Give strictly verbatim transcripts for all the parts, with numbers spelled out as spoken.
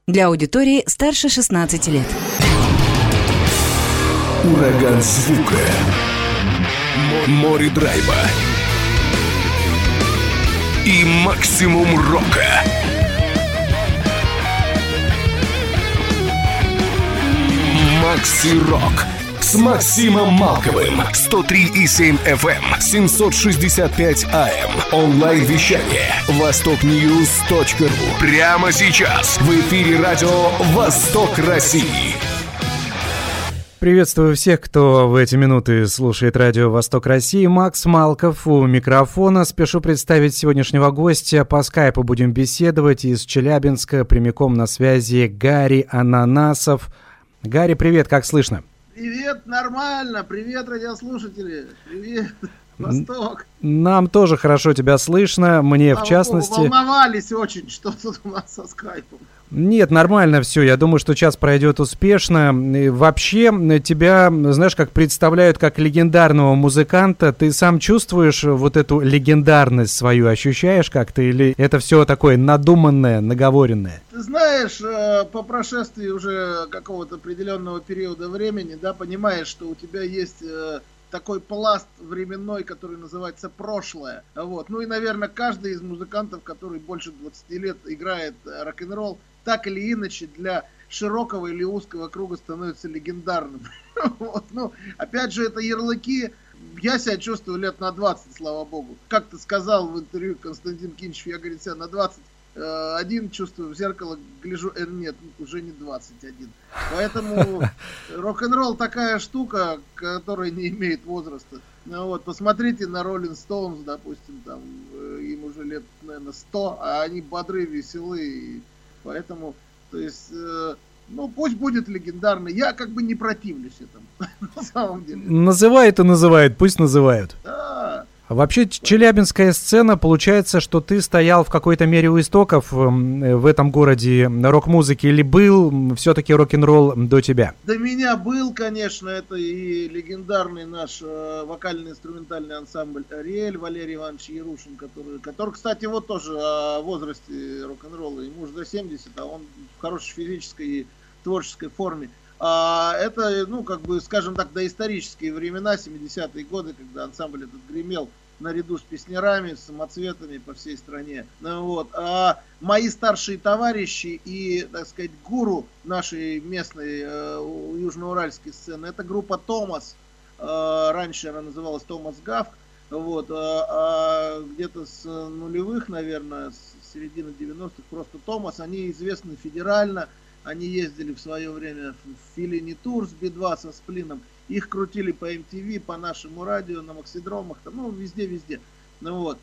Для аудитории старше шестнадцати лет. Ураган звука. Море драйва. И максимум рока. Макси Рок с Максимом Малковым. сто три и семь эф эм, семьсот шестьдесят пять а эм. Онлайн-вещание восток ньюс точка ру. Прямо сейчас в эфире радио «Восток России». Приветствую всех, кто в эти минуты слушает радио «Восток России». Макс Малков у микрофона. Спешу представить сегодняшнего гостя. По скайпу будем беседовать из Челябинска. Прямиком на связи Гарри Ананасов. Гарри, привет, как слышно? Привет, нормально. Привет, радиослушатели. Привет, Восток. Нам тоже хорошо тебя слышно. Мне, а в частности... Вы волновались очень, что тут у нас со скайпом. Нет, нормально все. Я думаю, что час пройдет успешно. И вообще, тебя, знаешь, как представляют как легендарного музыканта. Ты сам чувствуешь вот эту легендарность свою? Ощущаешь как-то? Или это все такое надуманное, наговоренное? Ты знаешь, по прошествии уже какого-то определенного периода времени, да, понимаешь, что у тебя есть... такой пласт временной, который называется прошлое. Вот. Ну и, наверное, каждый из музыкантов, который больше двадцати лет играет рок-н-ролл, так или иначе для широкого или узкого круга становится легендарным. Вот. Ну, опять же, это ярлыки. Я себя чувствую лет на двадцать, слава богу. Как ты сказал в интервью Константин Кинчев, я, говорит, себя на двадцать один чувствую в зеркало, гляжу, э, нет, уже не двадцать один. Поэтому рок-н-ролл такая штука, которая не имеет возраста. Ну, вот, посмотрите на Rolling Stones, допустим, там им уже лет, наверное, сто, а они бодры, веселы. И поэтому, то есть, э, ну, пусть будет легендарный. Я как бы не противлюсь этому, на самом деле. Называют и называют, пусть называют. Да. Вообще, челябинская сцена, получается, что ты стоял в какой-то мере у истоков в этом городе рок-музыки, или был все-таки рок-н-ролл до тебя? До меня был, конечно, это и легендарный наш э, вокально-инструментальный ансамбль «Ариэль», Валерий Иванович Ярушин, который, который, кстати, вот тоже о возрасте рок-н-ролла, ему уже за семьдесят, а он в хорошей физической и творческой форме. А это, ну, как бы, скажем так, доисторические времена, семидесятые годы, когда ансамбль этот гремел наряду с песнярами, с самоцветами по всей стране. Ну, вот. А мои старшие товарищи и, так сказать, гуру нашей местной э, южноуральской сцены, это группа «Томас». Э, раньше она называлась «Томас Гавк». Вот. А, а где-то с нулевых, наверное, с середины девяностых просто «Томас». Они известны федерально. Они ездили в свое время в Филини Тур с Би два со Сплином. Их крутили по эм ти ви, по нашему радио, на Максидромах, там, ну, везде-везде. Ну вот.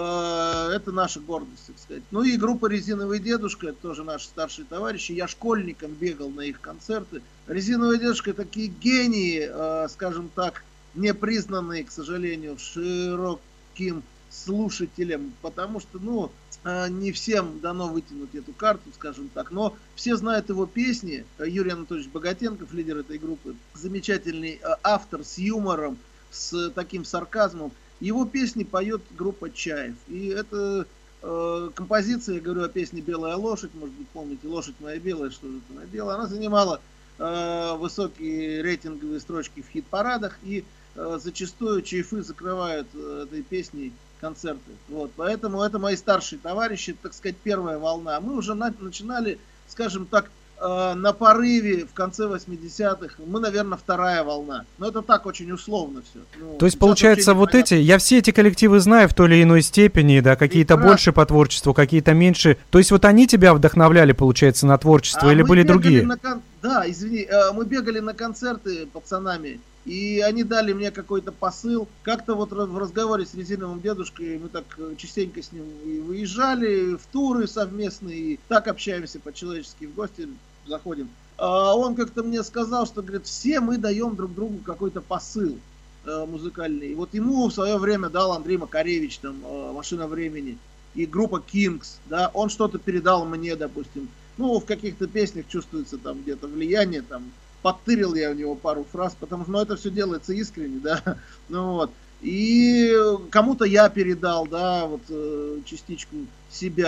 Это наша гордость, так сказать. Ну и группа «Резиновый дедушка», это тоже наши старшие товарищи. Я школьником бегал на их концерты. «Резиновый дедушка» такие гении, скажем так, не признанные, к сожалению, широким слушателям, потому что, ну, не всем дано вытянуть эту карту, скажем так, но все знают его песни. Юрий Анатольевич Богатенков, лидер этой группы, замечательный автор с юмором, с таким сарказмом. Его песни поет группа «Чаев». И это э, композиция, я говорю о песне «Белая лошадь», может быть, помните, «Лошадь моя белая, что же ты надела». Она занимала э, высокие рейтинговые строчки в хит-парадах, и э, зачастую чаефы закрывают э, этой песней концерты. Вот. Поэтому это мои старшие товарищи, так сказать, первая волна. Мы уже на, начинали, скажем так, э, на порыве в конце восьмидесятых. Мы, наверное, вторая волна. Но это так очень условно все. Ну, то есть, получается, вот эти, я все эти коллективы знаю в той или иной степени, да, какие-то больше по творчеству, какие-то меньше. То есть, вот они тебя вдохновляли, получается, на творчество, а или были другие? На кон... Да, извини, э, мы бегали на концерты пацанами. И они дали мне какой-то посыл. Как-то вот в разговоре с «Резиновым дедушкой» мы так частенько с ним и выезжали в туры совместные, и так общаемся по-человечески, в гости заходим. А он как-то мне сказал, что, говорит, все мы даем друг другу какой-то посыл э, музыкальный. И вот ему в свое время дал Андрей Макаревич, там, э, «Машина времени», и группа «Кингс», да, он что-то передал мне, допустим. Ну, в каких-то песнях чувствуется там где-то влияние, там, подтырил я у него пару фраз, потому что, ну, это все делается искренне, да, ну вот. И кому-то я передал, да, вот, частичку себя.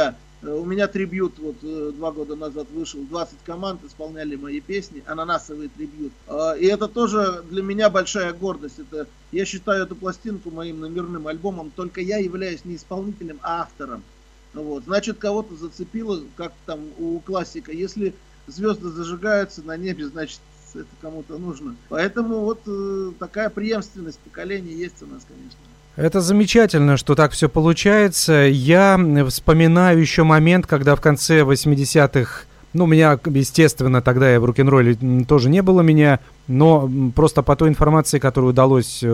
У меня трибьют вот два года назад вышел, двадцать команд исполняли мои песни, ананасовый трибьют. И это тоже для меня большая гордость. Это, я считаю эту пластинку моим номерным альбомом, только я являюсь не исполнителем, а автором. Вот. Значит, кого-то зацепило, как там у классика. Если звезды зажигаются на небе, значит, это кому-то нужно. Поэтому вот э, такая преемственность поколений есть у нас, конечно. Это замечательно, что так все получается. Я вспоминаю еще момент, когда в конце восьмидесятых, ну, меня, естественно, тогда я в рок-н-ролле тоже не было меня, но просто по той информации, которую удалось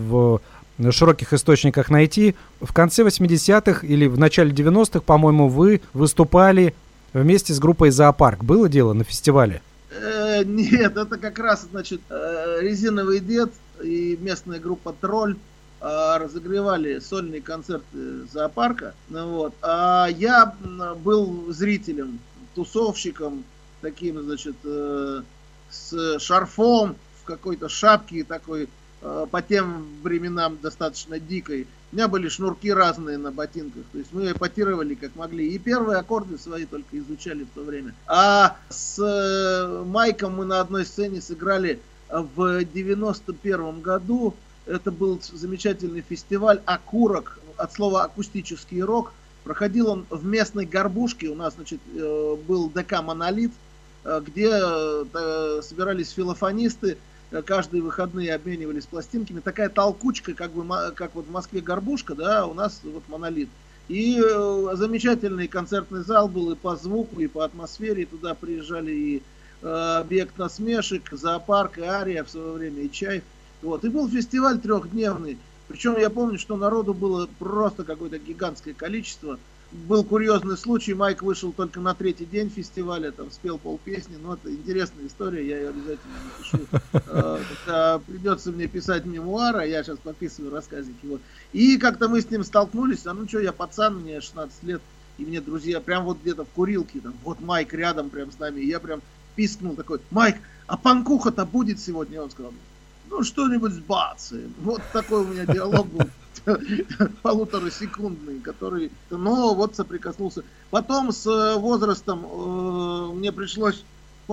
в широких источниках найти, в конце восьмидесятых или в начале девяностых, по-моему, вы выступали вместе с группой «Зоопарк». Было дело на фестивале? Э, нет, это как раз, значит, «Резиновый дед» и местная группа «Тролль» разогревали сольные концерты зоопарка, вот, а я был зрителем, тусовщиком, таким, значит, э, с шарфом в какой-то шапке такой, э, по тем временам достаточно дикой. У меня были шнурки разные на ботинках, то есть мы эпатировали как могли. И первые аккорды свои только изучали в то время. А с э, Майком мы на одной сцене сыграли в девяносто первом году. Это был замечательный фестиваль «Окурок», от слова «акустический рок». Проходил он в местной горбушке. У нас, значит, был ДК «Монолит», где собирались филофонисты, каждые выходные обменивались пластинками. Такая толкучка, как бы, как вот в Москве горбушка, да, у нас вот «Монолит». И замечательный концертный зал был и по звуку, и по атмосфере. И туда приезжали и «Объект насмешек», «Зоопарк», и «Ария» в свое время, и «Чайф». Вот. И был фестиваль трехдневный. Причем я помню, что народу было просто какое-то гигантское количество. Был курьезный случай, Майк вышел только на третий день фестиваля, там спел полпесни. Но это интересная история, я ее обязательно напишу. Когда придется мне писать мемуары, я сейчас подписываю рассказики. Вот. И как-то мы с ним столкнулись, а ну что, я пацан, мне шестнадцать лет, и мне друзья прям вот где-то в курилке, там, вот Майк рядом прям с нами, и я прям пискнул такой: Майк, а панкуха-то будет сегодня? И он сказал: ну, что-нибудь с бацаем. Вот такой у меня диалог был полуторасекундный, который, но вот соприкоснулся. Потом с возрастом э, мне пришлось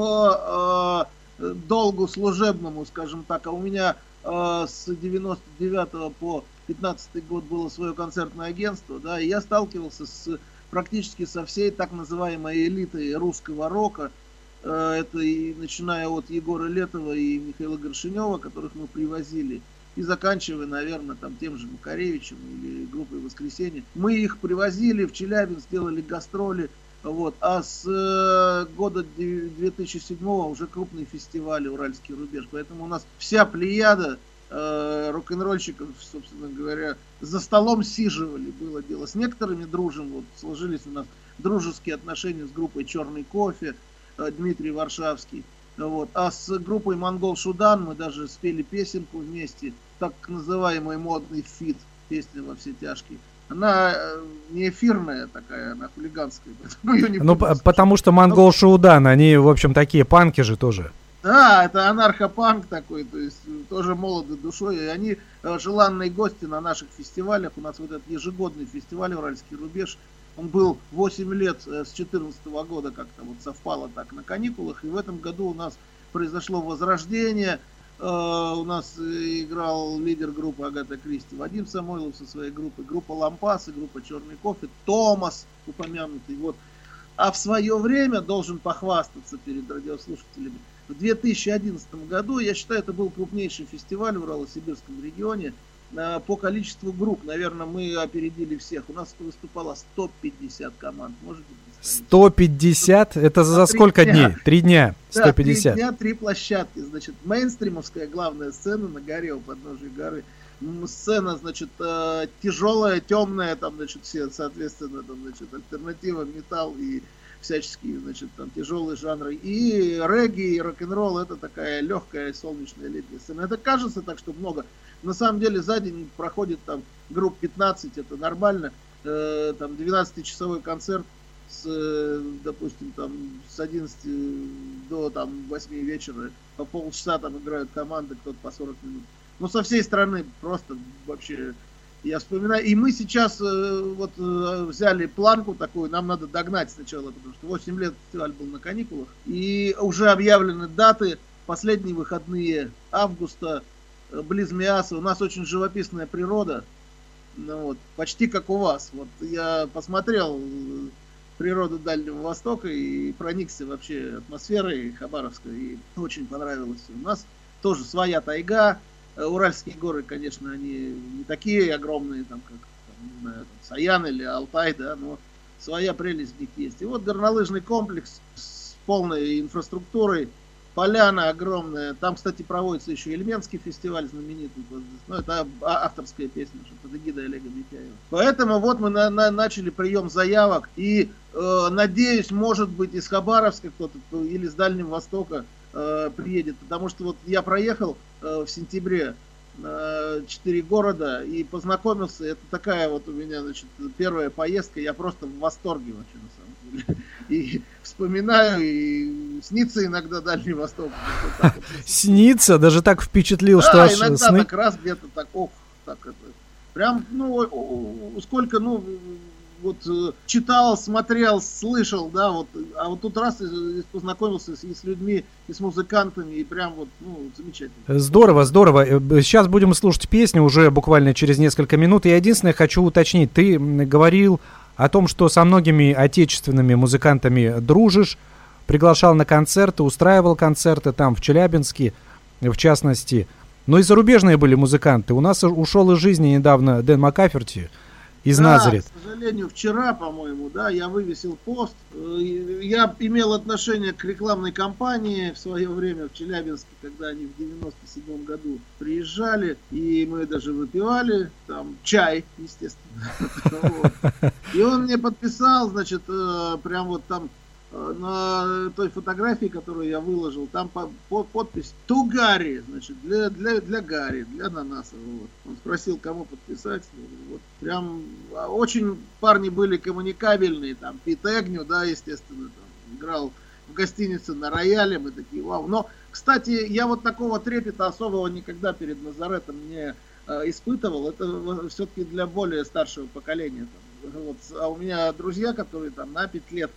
по э, долгу служебному, скажем так, а у меня э, с девяносто девятого по пятнадцатый год было свое концертное агентство, да, и я сталкивался с, практически со всей так называемой элитой русского рока. Это и начиная от Егора Летова и Михаила Горшинева, которых мы привозили, и заканчивая, наверное, там тем же Макаревичем или группой «Воскресенье». Мы их привозили в Челябинск, делали гастроли. Вот. А с э, года две тысячи седьмого уже крупные фестивали «Уральский рубеж». Поэтому у нас вся плеяда э, рок-н-ролльщиков, собственно говоря, за столом сиживали, было дело. С некоторыми дружим. Вот, сложились у нас дружеские отношения с группой «Черный кофе», Дмитрий Варшавский. Вот. А с группой «Монгол Шудан» мы даже спели песенку вместе, так называемый модный фит, песня «Во все тяжкие». Она не эфирная такая, она хулиганская. Ее не ну, потому что «Монгол Шудан», они, в общем, такие панки же тоже. Да, это анархопанк такой, то есть тоже молоды душой. И они желанные гости на наших фестивалях. У нас вот этот ежегодный фестиваль «Уральский рубеж». Он был восемь лет, с четырнадцатого года как-то вот совпало так на каникулах. И в этом году у нас произошло возрождение. Uh, у нас играл лидер группы Агата Кристи Вадим Самойлов со своей группой, группа Лампасы, группа Черный кофе, Томас упомянутый. Вот. А в свое время, должен похвастаться перед радиослушателями, в две тысячи одиннадцатом году, я считаю, это был крупнейший фестиваль в Урало-Сибирском регионе uh, по количеству групп. Наверное, мы опередили всех. У нас выступало сто пятьдесят команд. Можете представить? сто пятьдесят? Это за сколько дней? Три дня. сто пятьдесят. Да, три дня, три площадки. Значит, мейнстримовская главная сцена на горе, у подножия горы. Сцена, значит, тяжелая, темная, там, значит, все, соответственно, там, значит, альтернатива, металл и всяческие, значит, там, тяжелые жанры. И регги, и рок-н-ролл — это такая легкая солнечная летняя сцена. Это кажется так, что много. На самом деле за день проходит там групп пятнадцать, это нормально. Э, там двенадцатичасовой концерт с, допустим, там с одиннадцати до там восьми вечера, по полчаса там играют команды, кто-то по сорок минут. Но со всей страны просто вообще Я вспоминаю, и мы сейчас э, вот э, взяли планку такую, нам надо догнать сначала, потому что восемь лет фестиваль был на каникулах, и уже объявлены даты, последние выходные августа, э, близ Миасы. У нас очень живописная природа, ну, вот, почти как у вас. Вот я посмотрел природу Дальнего Востока и проникся вообще атмосферой Хабаровской, и очень понравилось. У нас тоже своя тайга. Уральские горы, конечно, они не такие огромные, там, как там, не знаю, там, Саян или Алтай, да, но своя прелесть в них есть. И вот горнолыжный комплекс с полной инфраструктурой, поляна огромная. Там, кстати, проводится еще Ильменский фестиваль знаменитый. Ну, это авторская песня под эгидой Олега Митяева. Поэтому вот мы на, на, начали прием заявок. И э, надеюсь, может быть, из Хабаровска кто-то или с Дальнего Востока э, приедет. Потому что вот я проехал в сентябре четыре города и познакомился. Это такая вот у меня, значит, первая поездка. Я просто в восторге вообще, на самом деле. И вспоминаю, и снится иногда Дальний Восток. Снится? Даже так впечатлил, что аж иногда сны... так раз где-то так, ох, так это. Прям, ну, сколько, ну, вот читал, смотрел, слышал, да, вот, а вот тут раз и, и познакомился и с людьми, и с музыкантами, и прям вот, ну, замечательно. Здорово, здорово. Сейчас будем слушать песню уже буквально через несколько минут. Я единственное хочу уточнить, ты говорил о том, что со многими отечественными музыкантами дружишь, приглашал на концерты, устраивал концерты там, в Челябинске, в частности. Но и зарубежные были музыканты. У нас ушел из жизни недавно Дэн Маккаферти из да, Назарет. К сожалению, вчера, по-моему, да, я вывесил пост. Я имел отношение к рекламной кампании в свое время в Челябинске, когда они в девяносто седьмом году приезжали, и мы даже выпивали там чай, естественно. И он мне подписал, значит, прям вот там на той фотографии, которую я выложил, там по, по, подпись «To Гарри», значит, для, для, для Гарри, для Ананасова. Вот. Он спросил, кому подписать. Вот. Прям очень парни были коммуникабельные, там, Пит Эгню, да, естественно, там, играл в гостинице на рояле, мы такие, вау. Но, кстати, я вот такого трепета особого никогда перед Назаретом не э, испытывал. Это все-таки для более старшего поколения. Там. Вот. А у меня друзья, которые там на пять лет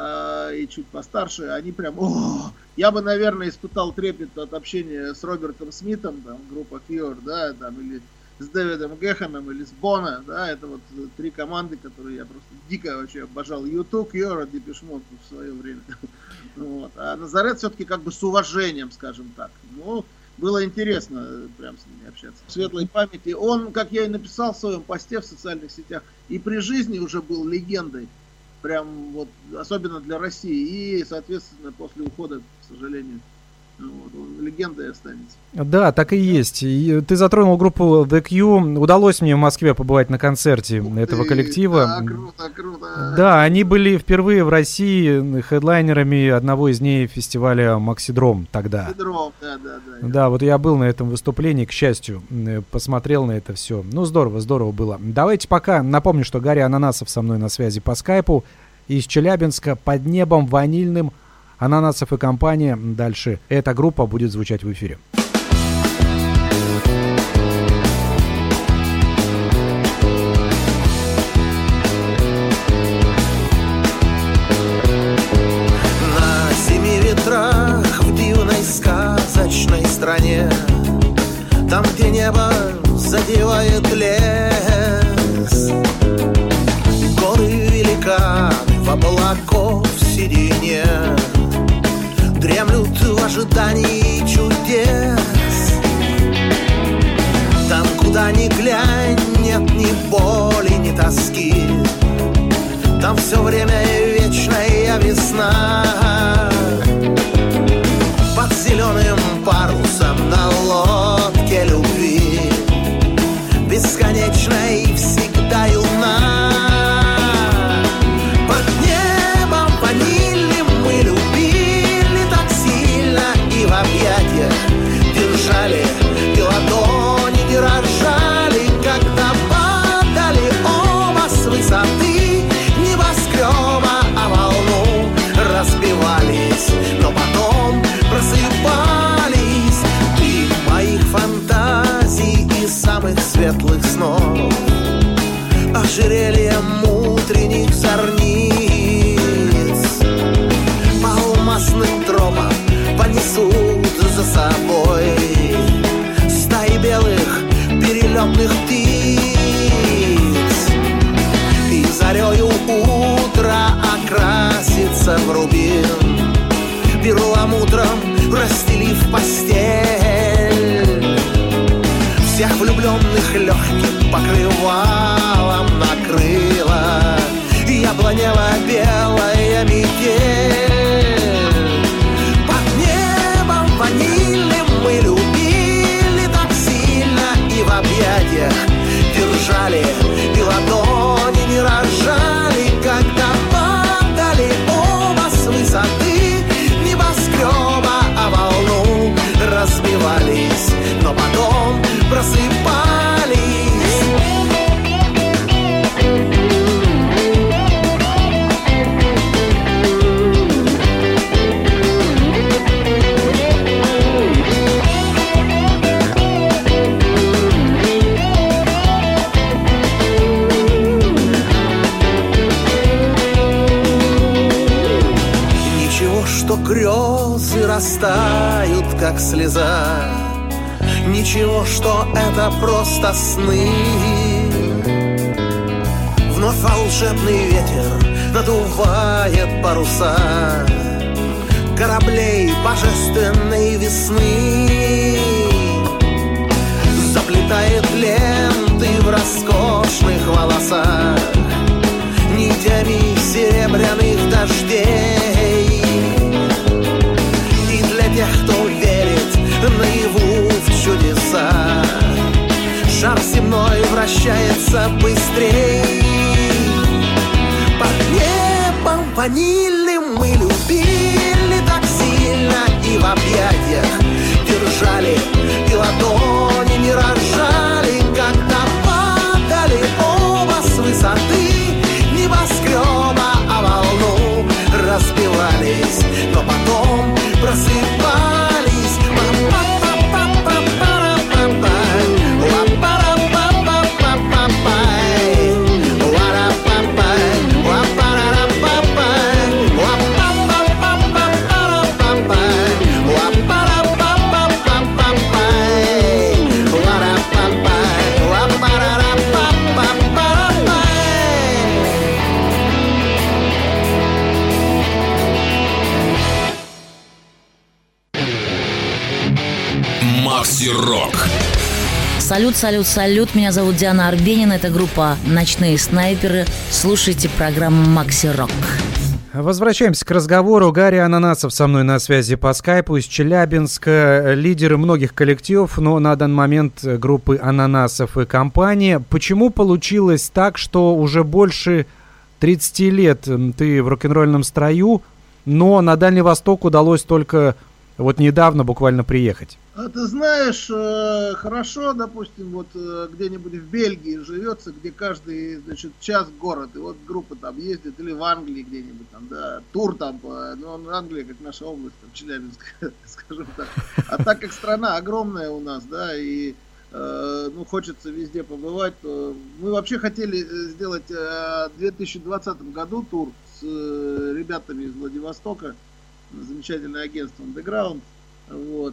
и чуть постарше, они прям, о, я бы, наверное, испытал трепет от общения с Робертом Смитом, там, группа Cure, да, там, или с Дэвидом Геханом, или с Боно, да, это вот три команды, которые я просто дико вообще обожал. ю ту, Cure, Depeche Mode в свое время. Вот. А Назарет все-таки как бы с уважением, скажем так. Ну, было интересно прям с ними общаться. В светлой памяти. Он, как я и написал в своем посте в социальных сетях, и при жизни уже был легендой. Прям вот, особенно для России. И, соответственно, после ухода, к сожалению, вот, он легендой останется. Да, так и есть. И ты затронул группу The Q. Удалось мне в Москве побывать на концерте Ух этого ты, коллектива. Да, круто, круто. Да, они были впервые в России хедлайнерами одного из дней фестиваля Максидром тогда. Максидром, да, да, да. Да, вот я был на этом выступлении, к счастью, посмотрел на это все. Ну, здорово, здорово было. Давайте пока напомню, что Гарри Ананасов со мной на связи по скайпу из Челябинска под небом ванильным. Ананасов и компания. Дальше эта группа будет звучать в эфире. На семи ветрах в дивной сказочной стране, там, где небо задевает лес, горы великаны в облаков сиденье дремлют в ожидании чудес. Там, куда ни глянь, нет ни боли, ни тоски. Там все время вечная весна. Под зеленым парусом на лодке любви, бесконечной всегда юна. Держали, и ладони не дрожали, когда падали оба с высоты небоскреба, а волну разбивались, но потом просыпались. Ты моих фантазий и самых светлых снов, ожерельем утренних зорниц. По алмазным тропам понесут за собой стаи белых перелетных птиц. И зарею утро окрасится в рубин, перламутром расстелив постель. Всех влюбленных легким покрывалом накрыла яблонево-белая метель. Под небом ванильным мы любили так сильно и в объятиях держали, и ладони не разжали, когда падали оба с высоты небоскреба, а волну разбивались, но потом просыпались. Ничего, что грезы растают, как слеза, ничего, что это просто сны. Вновь волшебный ветер надувает паруса кораблей божественной весны, заплетает ленты в роскошных волосах нитями серебряных дождей. И для тех, кто верит наяву в чудеса, шар земной вращается быстрей. Под небом ванильным мы любили так сильно и в объятиях держали, и ладони не разжали, когда падали оба с высоты небоскреба, а волну разбивались, но потом просыпались. Макси-рок. Салют, салют, салют. Меня зовут Диана Арбенина. Это группа «Ночные снайперы». Слушайте программу «Макси-рок». Возвращаемся к разговору. Гарри Ананасов со мной на связи по скайпу из Челябинска. Лидеры многих коллективов, но на данный момент группы Ананасов и компания. Почему получилось так, что уже больше тридцати лет ты в рок-н-ролльном строю, но на Дальний Восток удалось только вот недавно буквально приехать? А ты знаешь, э, хорошо, допустим, вот э, где-нибудь в Бельгии живется, где каждый, значит, час город, и вот группа там ездит, или в Англии где-нибудь там, да, тур там, по, ну, Англия, как наша область, там, Челябинск, скажем так. А так как страна огромная у нас, да, и, э, ну, хочется везде побывать, то мы вообще хотели сделать э, в две тысячи двадцатом году тур с э, ребятами из Владивостока, замечательное агентство Underground. Вот.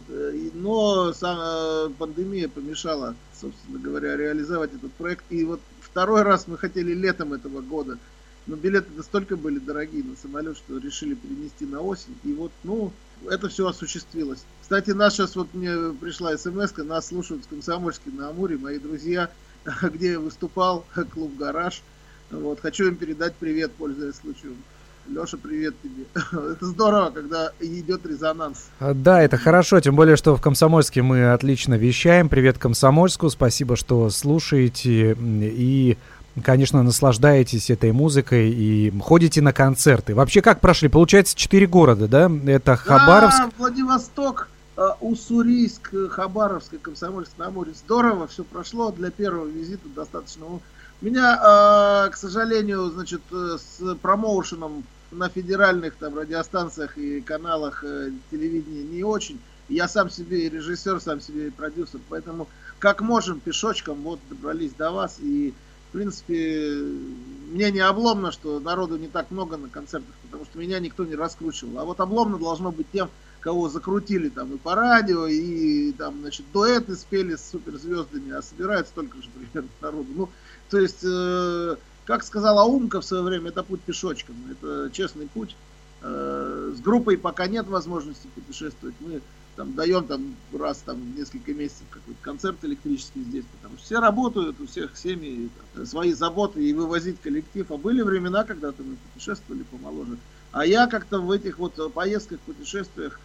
Но сам, пандемия помешала, собственно говоря, реализовать этот проект. И вот второй раз мы хотели летом этого года, но билеты настолько были дорогие на самолет, что решили перенести на осень. И вот, ну, это все осуществилось. Кстати, нас сейчас вот мне пришла смс-ка, нас слушают в Комсомольске на Амуре, мои друзья, где я выступал, клуб «Гараж». Вот. Хочу им передать привет, пользуясь случаем. Леша, привет тебе. Это здорово, когда идет резонанс. Да, это хорошо, тем более, что в Комсомольске мы отлично вещаем. Привет Комсомольску, спасибо, что слушаете и, конечно, наслаждаетесь этой музыкой и ходите на концерты. Вообще, как прошли? Получается, четыре города, да? Это Хабаровск. Да, Владивосток, Уссурийск, Хабаровск и Комсомольск-на-Амуре. Здорово, все прошло. Для первого визита достаточно. Меня, к сожалению, значит, с промоушеном на федеральных там радиостанциях и каналах э, телевидения не очень. Я сам себе и режиссер, сам себе и продюсер, поэтому как можем пешочком вот добрались до вас. И в принципе, мне не обломно, что народу не так много на концертах, потому что меня никто не раскручивал. А вот обломно должно быть тем, кого закрутили там и по радио, и там, значит, дуэты спели с суперзвездами, а собирается только же примерно народу. Ну, то есть, э, как сказала Умка в свое время, это путь пешочком, это честный путь. Э, с группой пока нет возможности путешествовать. Мы там даем там раз там в несколько месяцев какой-то концерт электрический здесь, потому что все работают, у всех семьи там, свои заботы, и вывозить коллектив. А были времена, когда-то мы путешествовали помоложе. А я как-то в этих вот поездках, путешествиях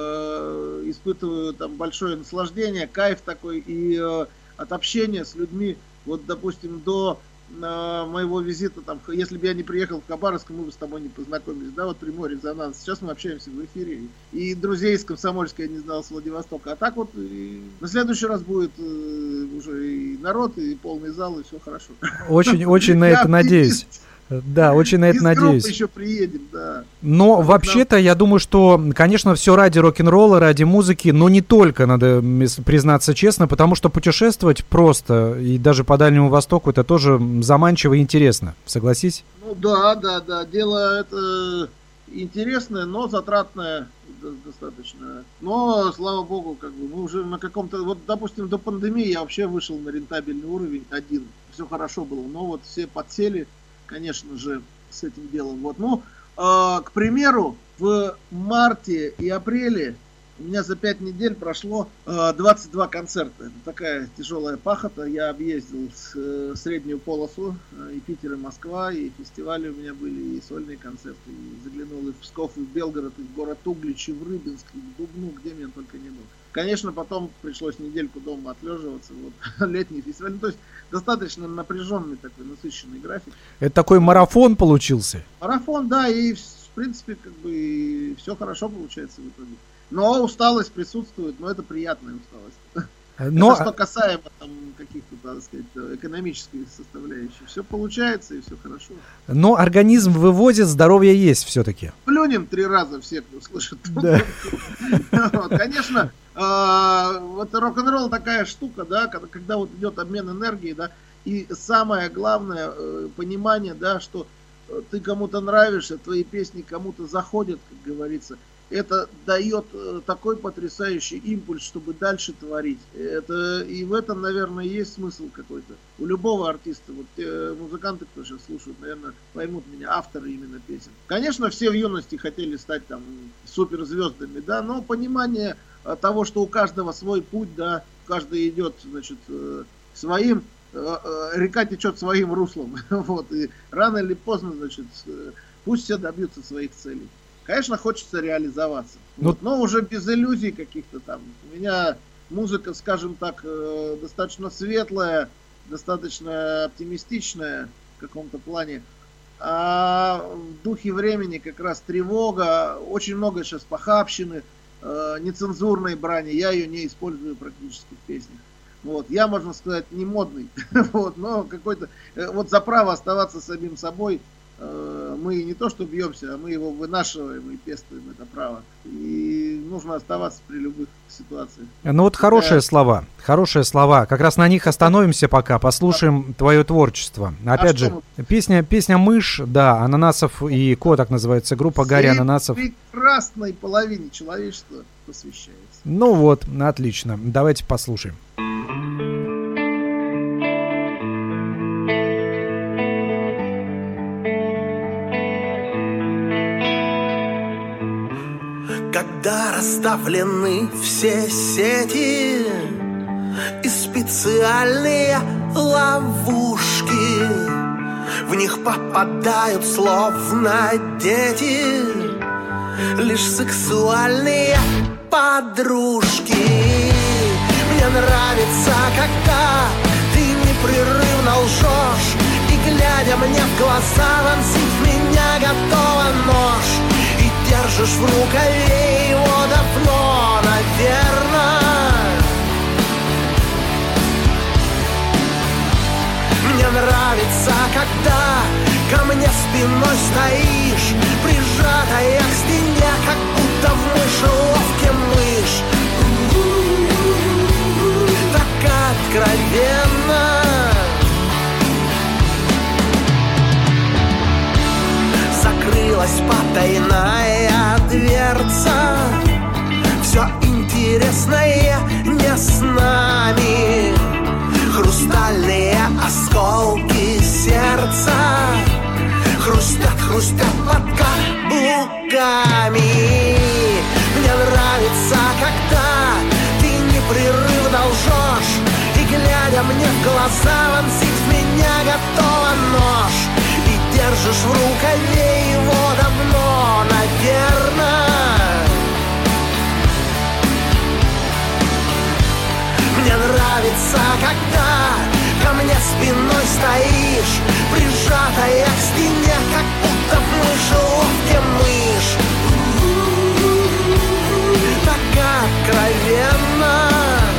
э, испытываю там большое наслаждение, кайф такой, и э, от общения с людьми. Вот, допустим, до э, моего визита, там, если бы я не приехал в Хабаровск, мы бы с тобой не познакомились, да, вот прямой резонанс. Сейчас мы общаемся в эфире. И друзей из Комсомольска я не знал, с Владивостока. А так вот и на следующий раз будет э, уже и народ, и полный зал, и все хорошо. Очень, очень на это надеюсь. Да, очень на это надеюсь. Еще приедем, да. Но Там вообще-то я думаю, что, конечно, все ради рок-н-ролла, ради музыки, но не только, надо признаться честно, потому что путешествовать просто, и даже по Дальнему Востоку, это тоже заманчиво и интересно. Согласись? Ну да, да, да. Дело это интересное, но затратное достаточно. Но, слава богу, как бы мы уже на каком-то... Вот, допустим, до пандемии я вообще вышел на рентабельный уровень один. Все хорошо было, но вот все подсели, конечно же, с этим делом. Вот. Ну, э, к примеру, в марте и апреле у меня за пять недель прошло э, двадцать два концерта. Это такая тяжелая пахота. Я объездил с, э, среднюю полосу, э, и Питер, и Москва, и фестивали у меня были, и сольные концерты. И заглянул и в Псков, и в Белгород, и в город Углич, и в Рыбинск, и в Дубну, где я только не был. Конечно, потом пришлось недельку дома отлеживаться. Вот, летний фестиваль. Ну, то есть достаточно напряженный такой, насыщенный график. Это такой марафон получился? Марафон, да, и в принципе как бы и все хорошо получается в итоге. Но усталость присутствует, но это приятная усталость. Но... Это что касаемо там каких-то, так сказать, экономических составляющих. Все получается и все хорошо. Но организм вывозит, здоровье есть все-таки. Плюнем три раза все, кто слышит. Да. Конечно, вот рок-н-ролл такая штука, да, когда вот идет обмен энергией, да, и самое главное понимание, да, что ты кому-то нравишься, твои песни кому-то заходят, как говорится. Это дает такой потрясающий импульс, чтобы дальше творить. Это, и в этом, наверное, есть смысл какой-то. У любого артиста, вот те музыканты, кто сейчас слушают, наверное, поймут меня, авторы именно песен. Конечно, все в юности хотели стать там суперзвездами, да, но понимание того, что у каждого свой путь, да, каждый идет, значит, своим, река течет своим руслом, вот, и рано или поздно, значит, пусть все добьются своих целей. Конечно, хочется реализоваться, ну, вот, но уже без иллюзий каких-то там. У меня музыка, скажем так, достаточно светлая, достаточно оптимистичная в каком-то плане. А в духе времени как раз тревога, очень много сейчас похабщины, нецензурной брани. Я ее не использую практически в песнях. Вот. Я, можно сказать, не модный, вот, но какой-то... Вот за право оставаться самим собой мы не то что бьемся, а мы его вынашиваем и пестуем, это право. И нужно оставаться при любых ситуациях. Ну вот хорошие Я... слова, хорошие слова. Как раз на них остановимся пока, послушаем а... твое творчество. Опять а же, мы... песня, песня «Мышь», да, «Ананасов» и «Ко», так называется, группа Гарри Ананасов. Прекрасной половине человечества посвящается. Ну вот, отлично. Давайте послушаем. Когда расставлены все сети и специальные ловушки, в них попадают словно дети лишь сексуальные подружки. Мне нравится, когда ты непрерывно лжешь, и, глядя мне в глаза, вонзить в меня готова нож. Держишь в рукаве его давно, наверное. Мне нравится, когда ко мне спиной стоишь, прижатая к стене, как будто в мышеловке мышь. Так откровенно. открылась потайная дверца. Все интересное не с нами. Хрустальные осколки сердца хрустят, хрустят под каблуками. Мне нравится, когда ты непрерывно лжешь, и, глядя мне в глаза, вонзить в меня готова нож. И держишь в рукаве его давно, наверное. Мне нравится, когда ко мне спиной стоишь, прижатая к стене, как будто в мышеловке мышь. Так откровенно.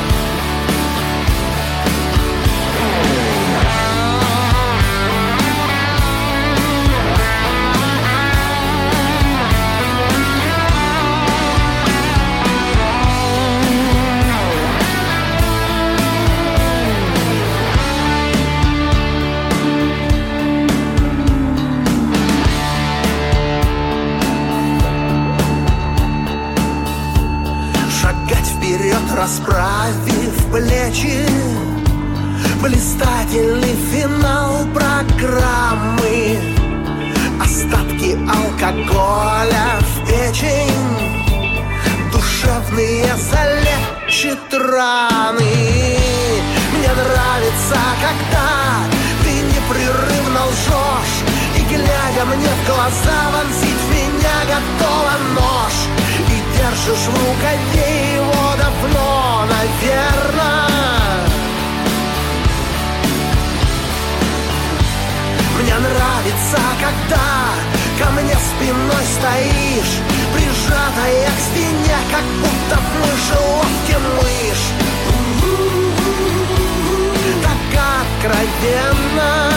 Расправив плечи, блистательный финал программы, остатки алкоголя в печень, душевные залечат раны. Мне нравится, когда ты непрерывно лжешь, и, глядя мне в глаза, вонзить в меня готова нож. И держишь в рукаве его давно, наверное. Мне нравится, когда ко мне спиной стоишь, прижатая к стене, как будто в мышеловке мышь. Так откровенно.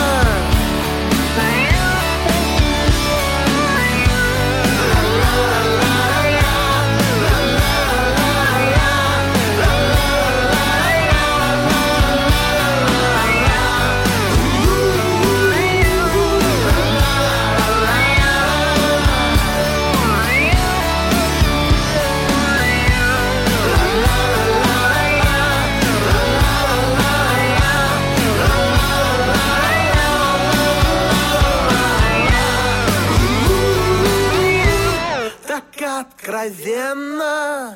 Откровенно.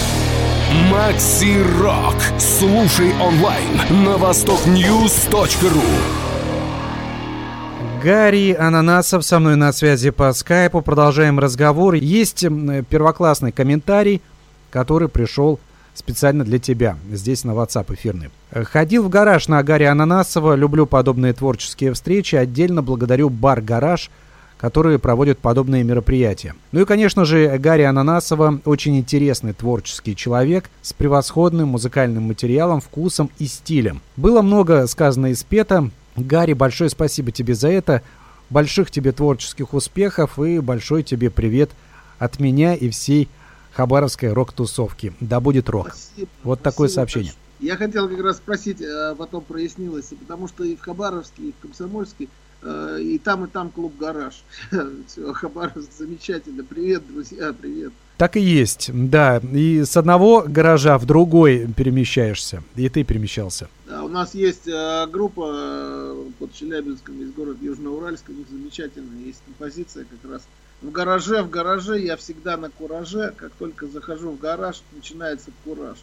Макси Рок. Слушай онлайн на восток ньюс точка ру. Гарри Ананасов со мной на связи по скайпу. Продолжаем разговор. Есть первоклассный комментарий, который пришел специально для тебя, здесь на WhatsApp эфирный. Ходил в гараж на Гарри Ананасова. Люблю подобные творческие встречи. Отдельно благодарю бар «Гараж», которые проводят подобные мероприятия. Ну и, конечно же, Гарри Ананасова очень интересный творческий человек с превосходным музыкальным материалом, вкусом и стилем. Было много сказано и спето. Гарри, большое спасибо тебе за это. Больших тебе творческих успехов и большой тебе привет от меня и всей хабаровской рок-тусовки. Да будет рок. Спасибо, вот спасибо такое сообщение. Большое. Я хотел как раз спросить, а потом прояснилось, потому что и в Хабаровске, и в Комсомольске, и там, и там клуб «Гараж». Все, Хабаровск замечательно. Привет, друзья, привет. Так и есть, да. И с одного гаража в другой перемещаешься. И ты перемещался. Да, у нас есть э, группа э, под Челябинском, из города Южноуральска. У них замечательная есть композиция как раз. В гараже, в гараже, я всегда на кураже. Как только захожу в гараж, начинается кураж.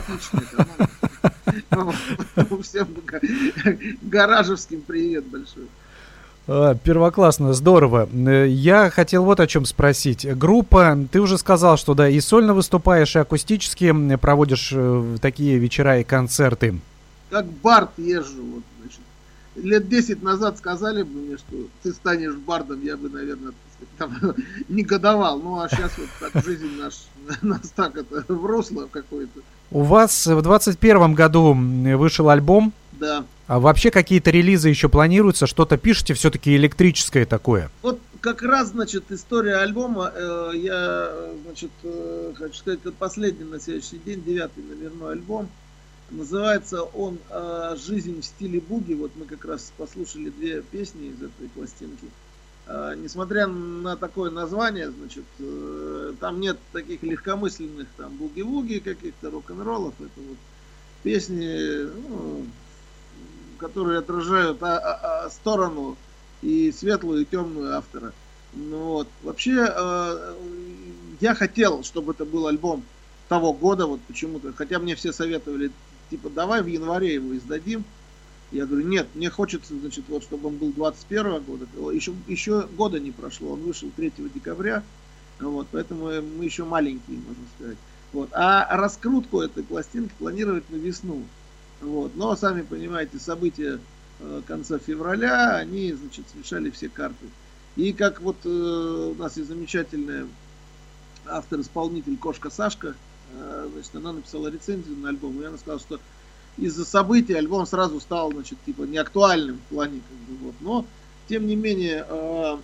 Отлично. Всем гаражевским привет большой. Первоклассно, здорово. Я хотел вот о чем спросить. Группа, ты уже сказал, что да, и сольно выступаешь, и акустически проводишь такие вечера и концерты. Как бард езжу. Вот, значит. Лет десять назад сказали бы мне, что ты станешь бардом, я бы, наверное, там, негодовал. Ну а сейчас вот так жизнь наш, нас так это в русло какое-то. У вас в двадцать первом году вышел альбом. Да. А вообще какие-то релизы еще планируются? Что-то пишете все-таки электрическое такое? Вот как раз, значит, история альбома. Э, я, значит, э, хочу сказать, это последний на сегодняшний день, девятый номерной альбом. Называется он э, «Жизнь в стиле буги». Вот мы как раз послушали две песни из этой пластинки. э, несмотря на такое название, значит, э, там нет таких легкомысленных там буги-вуги, каких-то рок-н-роллов. Это вот песни, ну, которые отражают а, а, а, сторону и светлую, и темную автора. Ну, вот. Вообще, э, я хотел, чтобы это был альбом того года, вот почему-то, хотя мне все советовали, типа, давай в январе его издадим. Я говорю, нет, мне хочется, значит, вот, чтобы он был двадцать первого года. Еще, еще года не прошло, он вышел третьего декабря, вот, поэтому мы еще маленькие, можно сказать. Вот. А раскрутку этой пластинки планировать на весну. Вот. Но, сами понимаете, события э, конца февраля, они, значит, смешали все карты. И как вот э, у нас есть замечательная автор-исполнитель Кошка Сашка, э, значит, она написала рецензию на альбом, и она сказала, что из-за событий альбом сразу стал, значит, типа неактуальным в плане, как бы, вот. Но, тем не менее, э,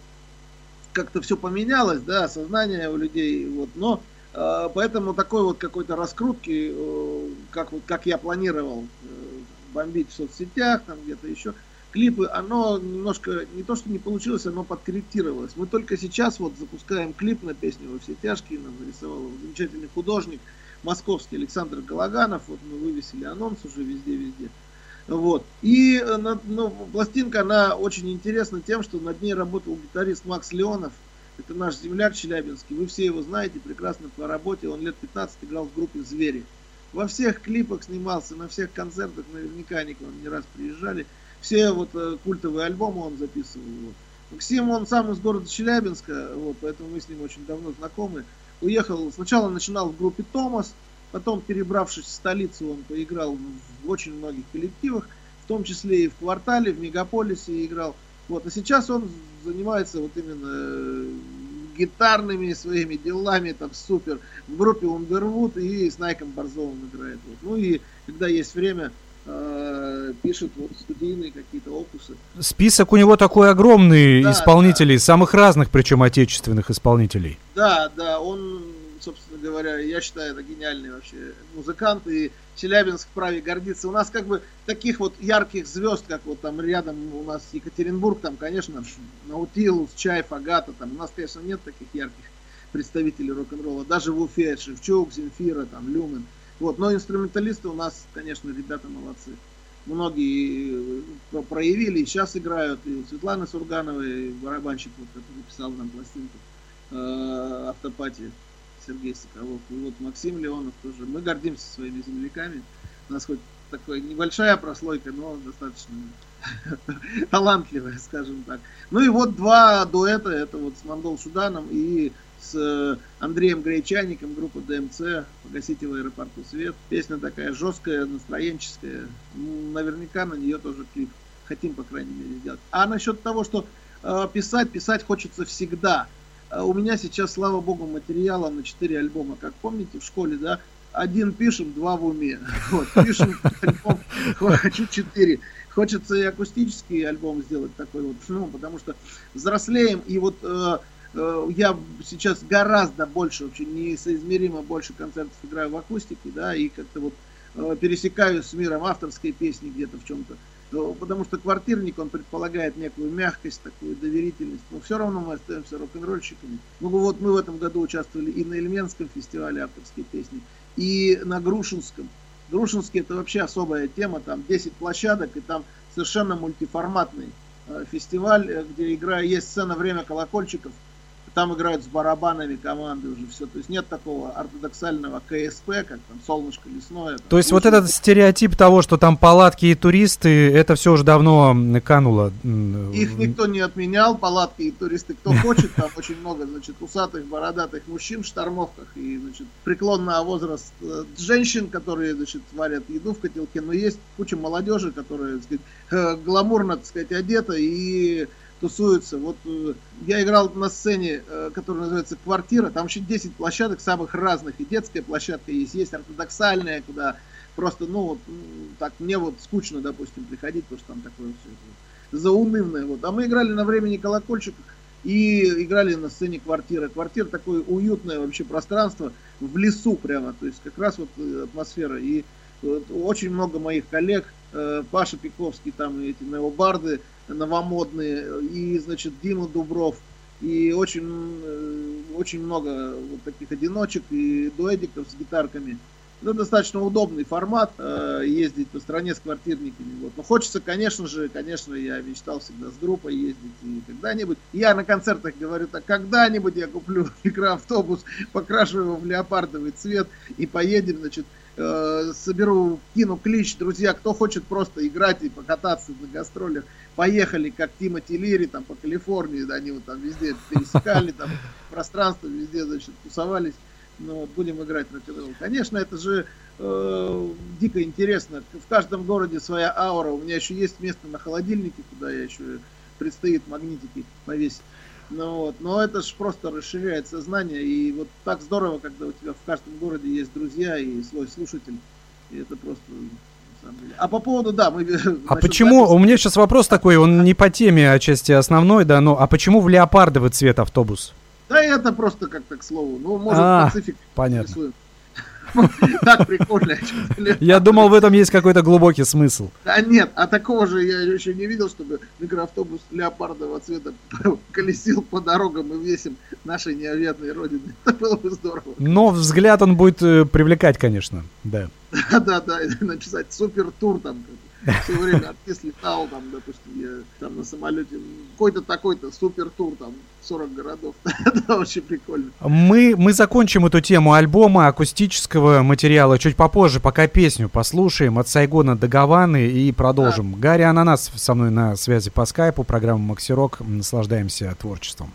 как-то все поменялось, да, сознание у людей, вот, но э, поэтому такой вот какой-то раскрутки, э, как, вот, как я планировал, э, бомбить в соцсетях, там где-то еще, клипы, оно немножко, не то что не получилось, оно подкорректировалось. Мы только сейчас вот запускаем клип на песню «Во все тяжкие», нам нарисовал замечательный художник московский Александр Галаганов, вот мы вывесили анонс уже везде-везде. Вот. И ну, пластинка, она очень интересна тем, что над ней работал гитарист Макс Леонов. Это наш земляк челябинский. Вы все его знаете прекрасно по работе. Он лет пятнадцать играл в группе «Звери». Во всех клипах снимался, на всех концертах, наверняка они к вам не раз приезжали. Все вот культовые альбомы он записывал. Вот. Максим, он сам из города Челябинска, вот, поэтому мы с ним очень давно знакомы. Уехал, сначала начинал в группе «Томас», потом, перебравшись в столицу, он поиграл в очень многих коллективах, в том числе и в «Квартале», в «Мегаполисе» играл. Вот. А сейчас он занимается вот именно гитарными своими делами, там, супер, в группе «Ундервуд» и с Найком Борзовым играет. Вот. Ну и когда есть время, пишет вот студийные какие-то опусы. Список у него такой огромный, да, исполнителей, да. Самых разных, причем отечественных исполнителей. Да, да, он, собственно говоря, я считаю, это гениальный вообще музыкант, и Челябинск вправе гордиться. У нас как бы таких вот ярких звезд, как вот там рядом у нас Екатеринбург, там, конечно, Наутилус, Чайф, Агата, там, у нас, конечно, нет таких ярких представителей рок-н-ролла, даже в Уфе, Шевчук, Земфира, там, Люмен. Вот, но инструменталисты у нас, конечно, ребята молодцы. Многие проявили, и сейчас играют. И у Светланы Сургановой, барабанщик, вот, который писал нам пластинку, э, «Автопатия», Сергей Соколов. И вот Максим Леонов тоже. Мы гордимся своими земляками. У нас хоть такая небольшая прослойка, но достаточно талантливая, скажем так. Ну и вот два дуэта, это вот с Мандол Шуданом и с Андреем Гречаником, группа ДМЦ, «Погасите в аэропорту свет». Песня такая жесткая, настроенческая. Наверняка на нее тоже клип хотим, по крайней мере, сделать. А насчет того, что э, писать, писать хочется всегда. Э, у меня сейчас, слава богу, материала на четыре альбома. Как помните, в школе, да, один пишем, два в уме. Вот, пишем альбом, хочу четыре. Хочется и акустический альбом сделать такой вот, ну, потому что взрослеем, и вот э, я сейчас гораздо больше, вообще несоизмеримо больше концертов играю в акустике, да, и как-то вот э, пересекаюсь с миром авторской песни где-то в чем-то. Ну, потому что «Квартирник», он предполагает некую мягкость, такую доверительность, но все равно мы остаемся рок-н-ролльщиками. Ну вот мы в этом году участвовали и на Ильменском фестивале авторской песни, и на Грушинском. Грушинский — это вообще особая тема, там десять площадок, и там совершенно мультиформатный э, фестиваль, где игра, есть сцена «Время колокольчиков», там играют с барабанами команды уже все. То есть нет такого ортодоксального КСП, как там «Солнышко лесное». Там, То есть вот этот стереотип того, что там палатки и туристы, это все уже давно кануло. Их никто не отменял, палатки и туристы. Кто хочет, там очень много, значит, усатых, бородатых мужчин в штормовках и, значит, преклонного возраста женщин, которые, значит, варят еду в котелке. Но есть куча молодежи, которая, так сказать, гламурно, так сказать, одета и тусуются. Вот я играл на сцене, которая называется «Квартира», там вообще десять площадок самых разных, и детская площадка есть, есть ортодоксальная, куда просто, ну, вот, так, мне вот скучно, допустим, приходить, потому что там такое все заунывное, вот. А мы играли на «Времени колокольчиков» и играли на сцене «Квартира». «Квартира» такое уютное вообще пространство в лесу прямо, то есть как раз вот атмосфера, и Очень много моих коллег, Паша Пиковский, там эти необарды новомодные, и, значит, Дима Дубров, и очень, очень много вот таких одиночек и дуэдиков с гитарками. Это достаточно удобный формат, ездить по стране с квартирниками. Вот. Но хочется, конечно же, конечно, я мечтал всегда с группой ездить, и когда-нибудь, я на концертах говорю так, когда-нибудь я куплю микроавтобус, покрашу его в леопардовый цвет и поедем, значит, соберу, кину клич, друзья, кто хочет просто играть и покататься на гастролях, поехали, как Тимоти Лири, там, по Калифорнии, да, они вот там везде пересекали, там, пространство, везде, значит, тусовались, ну, вот, будем играть рок-н-ролл. Конечно, это же э, дико интересно, в каждом городе своя аура, у меня еще есть место на холодильнике, куда я еще предстоит магнитики повесить. Ну, вот. Но это же просто расширяет сознание. И вот так здорово, когда у тебя в каждом городе есть друзья и свой слушатель. И это просто на самом деле. А по поводу, да, мы... А почему, записи... у меня сейчас вопрос такой, он не по теме, а части основной, да, но а почему в леопардовый цвет автобус? Да это просто как-то к слову. Ну, может, а, Пацифик понятно. рисуем. Так прикольно. Я думал, в этом есть какой-то глубокий смысл. А нет, а такого же я еще не видел, чтобы микроавтобус леопардового цвета колесил по дорогам и весим нашей необъятной родины. Это было бы здорово. Но взгляд он будет привлекать, конечно, да. Да-да-да, написать супер-тур там. Все время артист летал, там, допустим, я там на самолете, какой-то такой-то супер-тур, там, сорок городов. Это очень прикольно. Мы, мы закончим эту тему альбома, акустического материала чуть попозже, пока песню послушаем от Сайгона до Гаваны и продолжим. Да. Гарри Ананас со мной на связи по скайпу, программа Макси Рок. Наслаждаемся творчеством.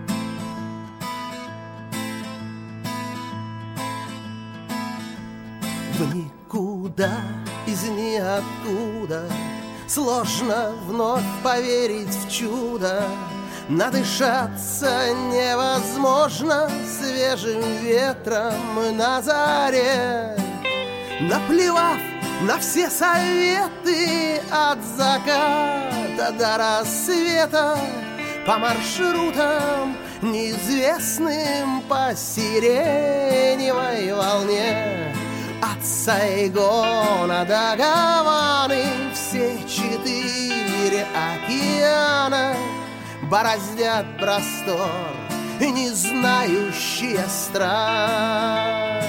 В никуда, из ниоткуда сложно вновь поверить в чудо. Надышаться невозможно свежим ветром на заре. Наплевав на все советы от заката до рассвета, по маршрутам неизвестным, по сиреневой волне. От Сайгона до Гаваны все четыре океана бороздят простор, не знающие страх.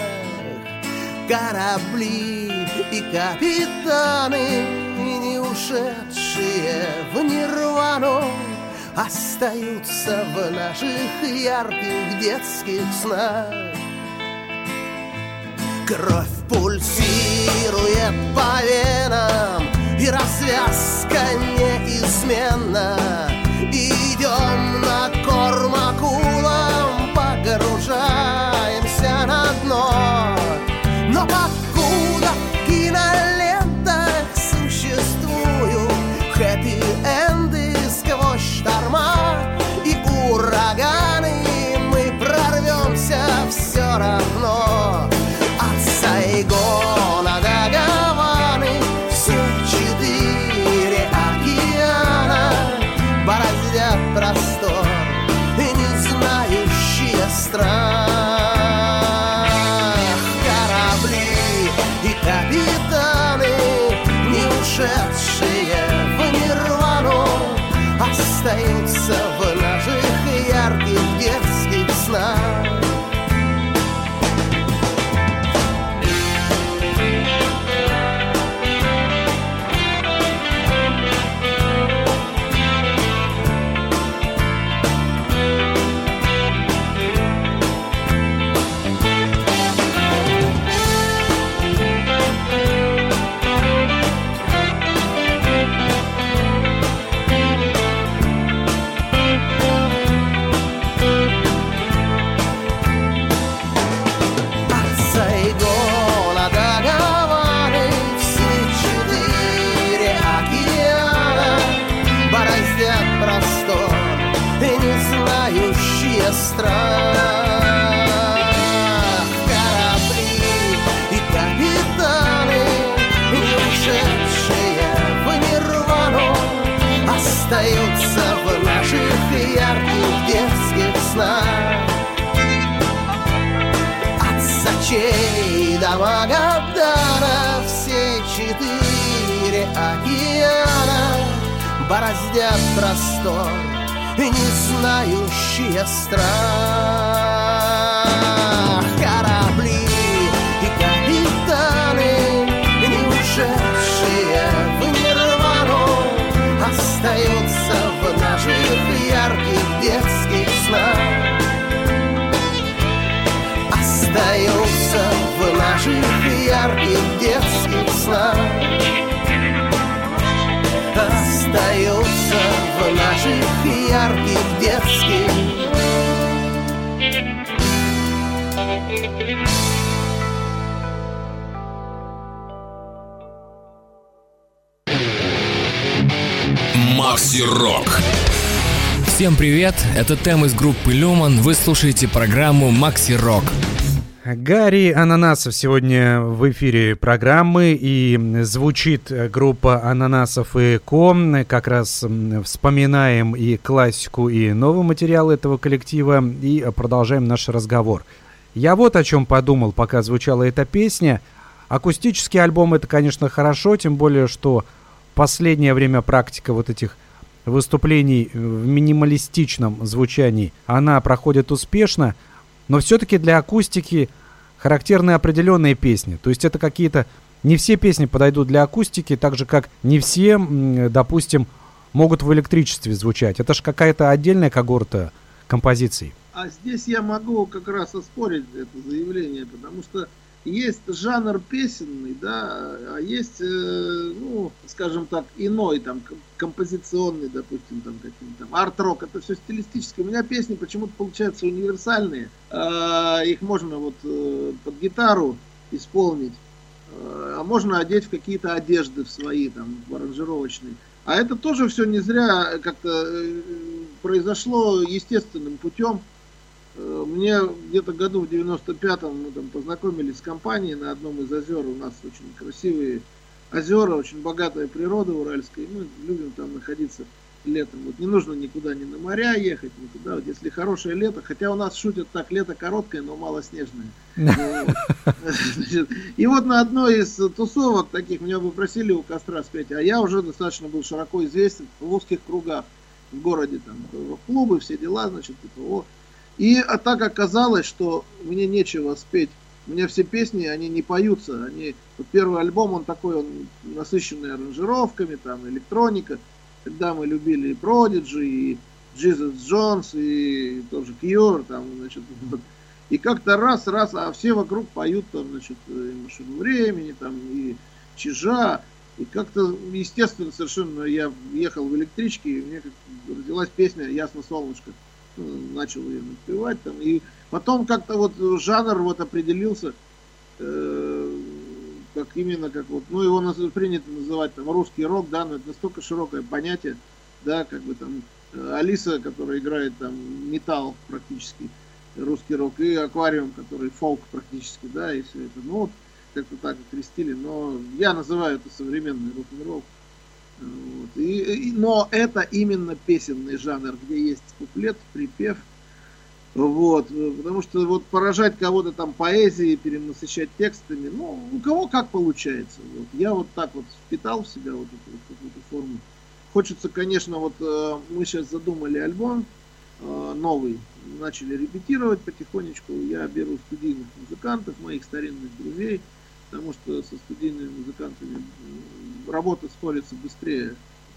Корабли и капитаны, не ушедшие в нирвану, остаются в наших ярких детских снах. Кровь пульсирует по венам, и развязка неизменна. Идем на корм акулам, погружаемся на дно. Но покуда в кинолентах существуют хэппи-энды сквозь шторма и ураганы, мы прорвемся все равно. От Сайгона до Гаваны все четыре океана бороздят простор, не знающие страх. Корабли и капитаны, не ушедшие в нирвану, остаются в наших ярких детских снах. Страх. Корабли и капитаны, не ушедшие в нирвану, остаются в наших ярких детских снах. От Сочи до Магадана все бороздят простор, не знающие страх. Корабли и капитаны, не ушедшие в нирвану, остаются в наших ярких детских снах. Остаются в наших ярких детских снах. Остаются в наших ярких детских. Макси Рок. Всем привет, это Тэм из группы Люман. Вы слушаете программу Макси Рок. Гарри Ананасов сегодня в эфире программы, и звучит группа Ананасов и Ко. Как раз вспоминаем и классику, и новый материал этого коллектива, и продолжаем наш разговор. Я вот о чем подумал, пока звучала эта песня. Акустический альбом — это, конечно, хорошо, тем более, что последнее время практика вот этих выступлений в минималистичном звучании, она проходит успешно, но все-таки для акустики характерны определенные песни. То есть это какие-то... Не все песни подойдут для акустики, так же, как не все, допустим, могут в электричестве звучать. Это же какая-то отдельная когорта композиций. А здесь я могу как раз оспорить это заявление, потому что есть жанр песенный, да, а есть, э, ну, скажем так, иной, там, композиционный, допустим, там, каким-то, арт-рок, это все стилистическое. У меня песни почему-то получаются универсальные, э, их можно вот э, под гитару исполнить, э, а можно одеть в какие-то одежды в свои, там, в аранжировочные. А это тоже все не зря как-то э, произошло естественным путем. Мне где-то году в девяносто пятом мы там познакомились с компанией на одном из озер. У нас очень красивые озера, очень богатая природа уральская. Мы любим там находиться летом. Вот не нужно никуда ни на моря ехать, никуда. Вот если хорошее лето, хотя у нас шутят так, лето короткое, но малоснежное. И вот на одной из тусовок таких меня попросили у костра спеть, а я уже достаточно был широко известен в узких кругах в городе, там, клубы, все дела, значит, типа, о. И а так оказалось, что мне нечего спеть. У меня все песни, они не поются. Они, вот первый альбом, он такой, он насыщенный аранжировками, там, электроника. Тогда мы любили и Prodigy, и Jesus Jones, и тоже Cure, там, значит, вот. И как-то раз, раз, а все вокруг поют, там, значит, и «Машину времени», там, и «Чижа». И как-то, естественно, совершенно я ехал в электричке, и мне родилась песня «Ясно, солнышко». Начал ее напевать там, и потом как-то вот жанр вот определился, э, как именно как вот, ну его нас, принято называть там русский рок, да, но это настолько широкое понятие, да, как бы там Алиса, которая играет там металл практически, русский рок, и Аквариум, который фолк практически, да, и все это, ну вот как-то так крестили, но я называю это современный рок-н-ролл. Вот. И, и, но это именно песенный жанр, где есть куплет, припев. Вот. Потому что вот поражать кого-то там поэзией, перенасыщать текстами, ну, у кого как получается. Вот. Я вот так вот впитал в себя вот эту вот какую-то форму. Хочется, конечно, вот мы сейчас задумали альбом новый, начали репетировать потихонечку. Я беру студийных музыкантов, моих старинных друзей, потому что со студийными музыкантами работа сходится быстрее.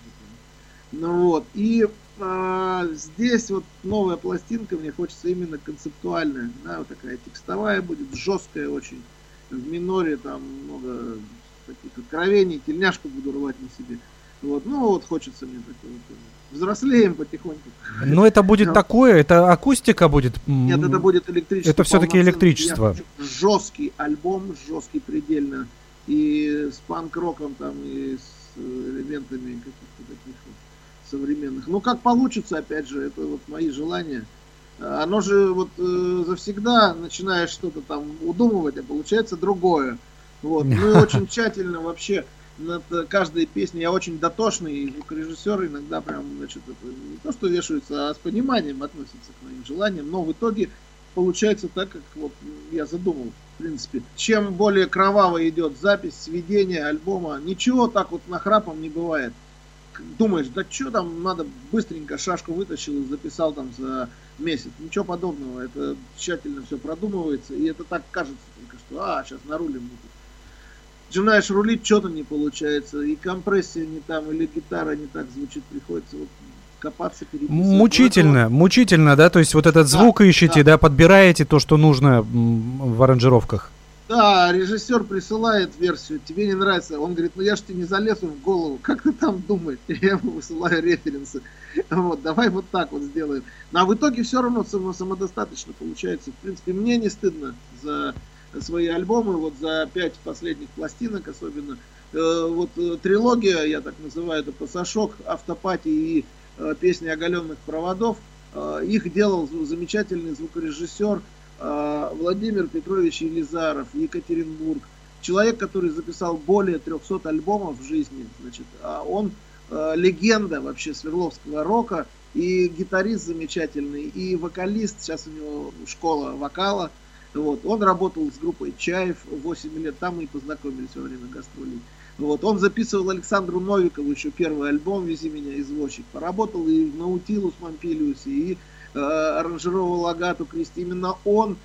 Ну вот. И а, здесь вот новая пластинка, мне хочется именно концептуальная, да, вот такая текстовая будет, жесткая очень, в миноре, там много таких откровений, тельняшку буду рвать на себе. Вот. Ну вот хочется мне такое вот. Взрослеем потихоньку. Но это будет Но... такое, это акустика будет? Нет, это будет электричество. Это все-таки электричество. Жесткий альбом, жесткий предельно. И с панк-роком там, и с элементами каких-то таких вот современных. Ну, как получится, опять же, это вот мои желания. Оно же вот э, завсегда начинаешь что-то там удумывать, а получается другое. Вот. Ну и очень тщательно вообще над каждой песней. Я очень дотошный, и звукорежиссер иногда прям, значит, это не то, что вешаются, а с пониманием относятся к моим желаниям. Но в итоге получается так, как вот я задумал, в принципе. Чем более кроваво идет запись, сведение альбома, ничего так вот нахрапом не бывает. думаешь, да что там, надо быстренько шашку вытащил и записал там за месяц. Ничего подобного, это тщательно все продумывается, и это так кажется только, что а, сейчас нарулим. Начинаешь рулить, что-то не получается, и компрессия не там, или гитара не так звучит, приходится вот копаться, переписывать. Мучительно, этого... мучительно, да, то есть вот этот звук да, ищете, да. да, подбираете то, что нужно в аранжировках. Да, режиссер присылает версию, тебе не нравится, он говорит, ну я ж тебе не залезу в голову, как ты там думаешь, я ему высылаю референсы, вот, давай вот так вот сделаем. Ну, а в итоге все равно самодостаточно получается, в принципе, мне не стыдно за свои альбомы, вот за пять последних пластинок особенно, э, вот э, трилогия, я так называю, это «Пассажок», «Автопати» и э, «Песни оголенных проводов», э, их делал замечательный звукорежиссер Владимир Петрович Елизаров, Екатеринбург. Человек, который записал более трехсот альбомов в жизни. Значит, он э, легенда вообще Свердловского рока, и гитарист замечательный, и вокалист. Сейчас у него школа вокала. Вот. Он работал с группой Чаев восемь лет, там мы и познакомились во время гастролей. Вот. Он записывал Александру Новикову еще первый альбом «Вези меня, извозчик». Поработал и в Наутилус Помпилиусе, и аранжировал Агату Кристи. Именно он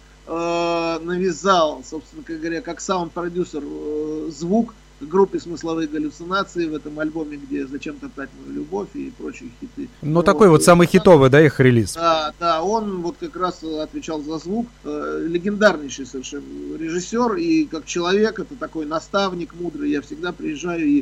э, навязал, собственно говоря, как саунд-продюсер э, звук группе «Смысловые галлюцинации» в этом альбоме, где «Зачем топтать мою любовь» и прочие хиты. Ну, ну такой вот, вот самый хитовый, да, их релиз? Да, да, он вот как раз отвечал за звук. Э, легендарнейший совершенно режиссер, и как человек, это такой наставник мудрый. Я всегда приезжаю, и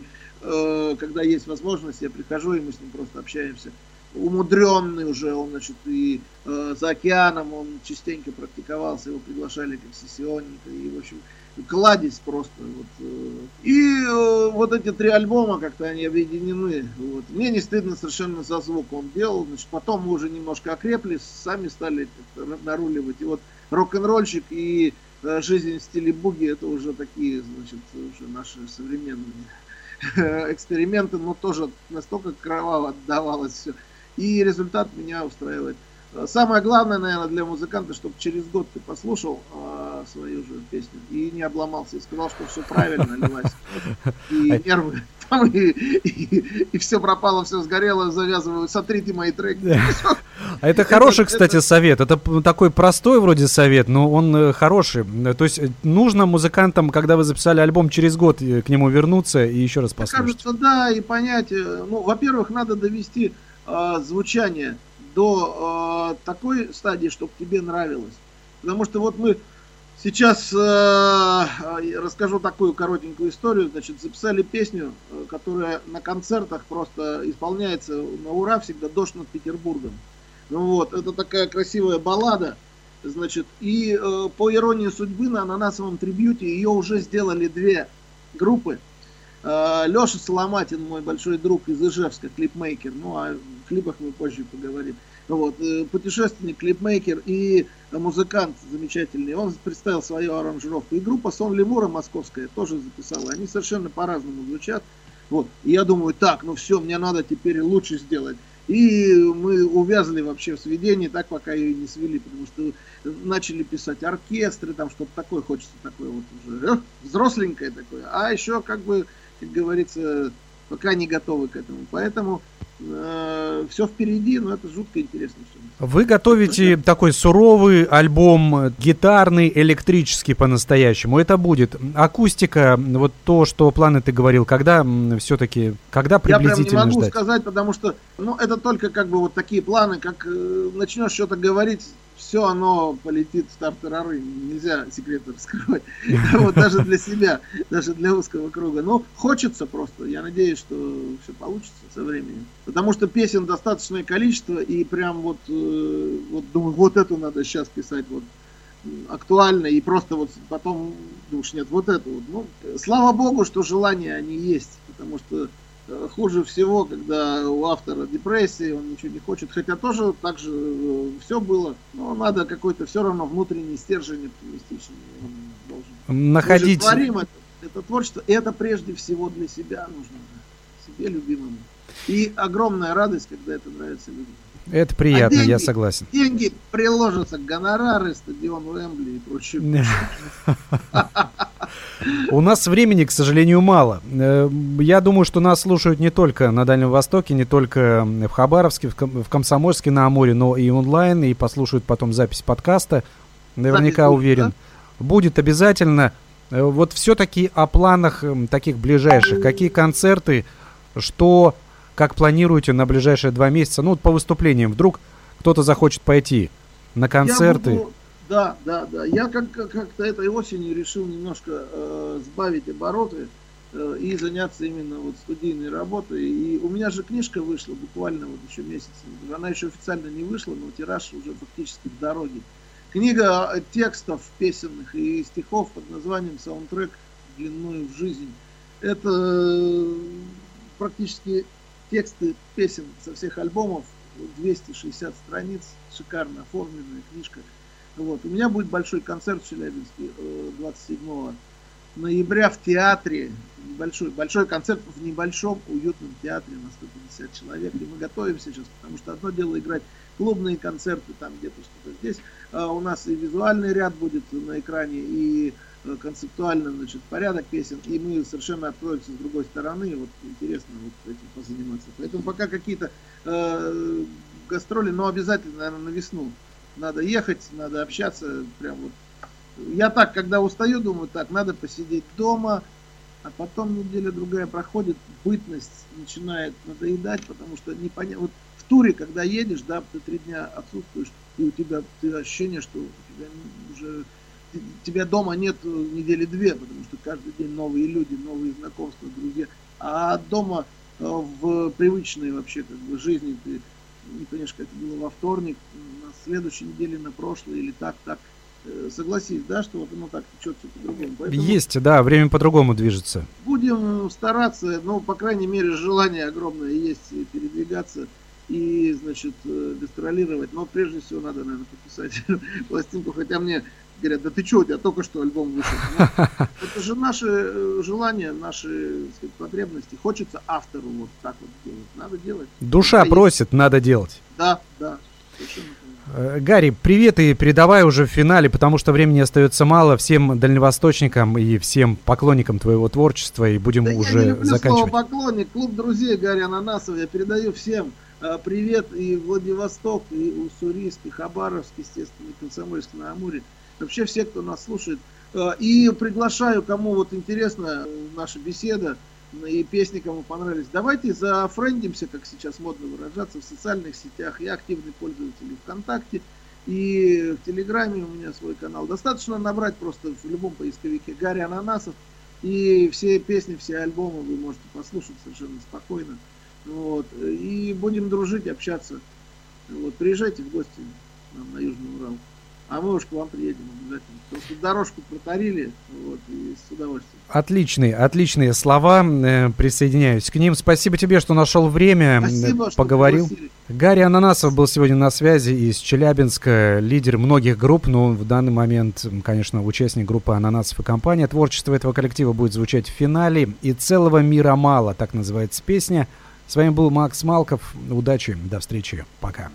э, когда есть возможность, я прихожу, и мы с ним просто общаемся. Умудренный уже, он, значит, и э, за океаном он частенько практиковался, его приглашали как сессионника, и, в общем, кладезь просто. Вот, э. И э, вот эти три альбома, как-то они объединены. Вот. Мне не стыдно совершенно за звук он делал, значит, потом мы уже немножко окрепли, сами стали наруливать. И вот «Рок-н-ролльщик» и э, «Жизнь в стиле буги» — это уже такие, значит, уже наши современные эксперименты, но тоже настолько кроваво отдавалось все. И результат меня устраивает. Самое главное, наверное, для музыканта, чтобы через год ты послушал э, свою же песню и не обломался, и сказал, что все правильно, Левась. И нервы там, и, и, и все пропало, все сгорело, завязываю, сотрите мои треки. А это хороший, кстати, совет. Это такой простой вроде совет, но он хороший. То есть нужно музыкантам, когда вы записали альбом, через год к нему вернуться и еще раз послушать. Кажется, да, и понять. Ну, во-первых, надо довести э, звучание до э, такой стадии, чтобы тебе нравилось. Потому что вот мы сейчас э, расскажу такую коротенькую историю. Значит, записали песню, которая на концертах просто исполняется на ура всегда, «Дождь над Петербургом». Ну вот, это такая красивая баллада. Значит, и э, по иронии судьбы на ананасовом трибьюте ее уже сделали две группы. Э, Леша Соломатин, мой большой друг из Ижевска, клипмейкер. Ну, о клипах мы позже поговорим. Вот, э, путешественник, клипмейкер и музыкант замечательный. Он представил свою аранжировку. И группа Сон Лемура московская тоже записала. Они совершенно по-разному звучат. Вот. И я думаю, так, ну все, мне надо теперь лучше сделать. И мы увязли вообще в сведении, так пока ее и не свели, потому что начали писать оркестры, там что-то такое, хочется такое вот уже э, взросленькое такое, а еще как бы, как говорится, пока не готовы к этому. Поэтому э, все впереди, но это жутко интересно все. Вы готовите такой суровый альбом, гитарный, электрический по-настоящему. Это будет акустика, вот то, что планы ты говорил, когда все-таки, когда приблизительно ждать? Я прям не могу ждать? сказать, потому что, ну, это только как бы вот такие планы, как э, начнешь что-то говорить, все оно полетит в тартарары, нельзя секреты раскрывать, вот даже для себя, даже для узкого круга. Но хочется просто, я надеюсь, что все получится со временем, потому что песен достаточное количество, и прям вот, вот думаю, вот эту надо сейчас писать, вот актуально, и просто вот потом думаешь, нет, вот это вот. Ну, слава богу, что желания они есть, потому что хуже всего, когда у автора депрессия, он ничего не хочет, хотя тоже так же все было, но надо какой-то все равно внутренний стержень оптимистичный должен. Находить... Мы же творим это, это творчество, и это прежде всего для себя нужно, себе любимому. И огромная радость, когда это нравится людям. Это приятно, а деньги, я согласен. Деньги приложатся, гонорары, стадион Уэмбли и прочее. У нас времени, к сожалению, мало. Я думаю, что нас слушают не только на Дальнем Востоке, не только в Хабаровске, в Комсомольске на Амуре, но и онлайн, и послушают потом запись подкаста. Наверняка запись уверен. Будет, да? Будет обязательно. Вот все-таки о планах таких ближайших. Какие концерты, что, как планируете на ближайшие два месяца? Ну, вот по выступлениям. Вдруг кто-то захочет пойти на концерты. Я буду... Да, да, да. Я как- как-то этой осенью решил немножко э, сбавить обороты э, и заняться именно вот студийной работой. И у меня же книжка вышла буквально вот еще месяц. Она еще официально не вышла, но тираж уже фактически в дороге. Книга текстов песенных и стихов под названием «Саундтрек длиною в жизнь». Это практически тексты песен со всех альбомов, двести шестьдесят страниц, шикарно оформленная книжка. Вот. У меня будет большой концерт в Челябинске двадцать седьмого ноября в театре. Большой, большой концерт в небольшом уютном театре на сто пятьдесят человек. И мы готовимся сейчас, потому что одно дело играть клубные концерты, там где-то что-то здесь. А у нас и визуальный ряд будет на экране, и концептуально, значит, порядок песен. И мы совершенно откроемся с другой стороны. Вот интересно вот этим позаниматься. Поэтому пока какие-то э, гастроли, но обязательно, наверное, на весну. Надо ехать, надо общаться, прям вот. Я так, когда устаю, думаю, так, надо посидеть дома, а потом неделя другая проходит, бытность начинает надоедать, потому что непонятно. Вот в туре, когда едешь, да, ты три дня отсутствуешь, и у тебя ты ощущение, что у тебя уже тебя дома нет недели две, потому что каждый день новые люди, новые знакомства, друзья. А дома в привычной вообще как бы жизни ты не понимаешь, как это было во вторник, на следующей неделе, на прошлой или так, так. Согласись, да, что вот оно так течет все по-другому. Поэтому есть, да, время по-другому движется. Будем стараться, ну, по крайней мере, желание огромное есть передвигаться и, значит, гастролировать. Но прежде всего надо, наверное, подписать пластинку, хотя мне говорят, да ты что, у тебя только что альбом вышел. Но это же наши желания, наши, так сказать, потребности. Хочется автору вот так вот делать. Надо делать. Душа это просит, есть. Надо делать. Да, да. Совершенно. Гарри, привет и передавай уже в финале, потому что времени остается мало, всем дальневосточникам и всем поклонникам твоего творчества, и будем да уже я не люблю заканчивать. Слово поклонник, клуб друзей Гарри Ананасова, я передаю всем а, привет и Владивосток, и Уссурийск, и Хабаровск, естественно, и Комсомольск на Амуре, вообще все, кто нас слушает, а, и приглашаю, кому вот интересна наша беседа, и песни, кому понравились. Давайте зафрендимся, как сейчас модно выражаться, в социальных сетях. Я активный пользователь и ВКонтакте, и в Телеграме у меня свой канал. Достаточно набрать просто в любом поисковике Гарри Ананасов, и все песни, все альбомы вы можете послушать совершенно спокойно. Вот. И будем дружить, общаться. Вот. Приезжайте в гости нам на Южный Урал. А мы уж к вам приедем обязательно. Просто дорожку протарили, вот, и с удовольствием. Отличные, отличные слова. Присоединяюсь к ним. Спасибо тебе, что нашел время, Спасибо, поговорил. Что Гарри Ананасов был сегодня на связи из Челябинска, лидер многих групп, но в данный момент, конечно, участник группы «Ананасов и компания». Творчество этого коллектива будет звучать в финале. «И целого мира мало», так называется песня. С вами был Макс Малков. Удачи, до встречи, пока.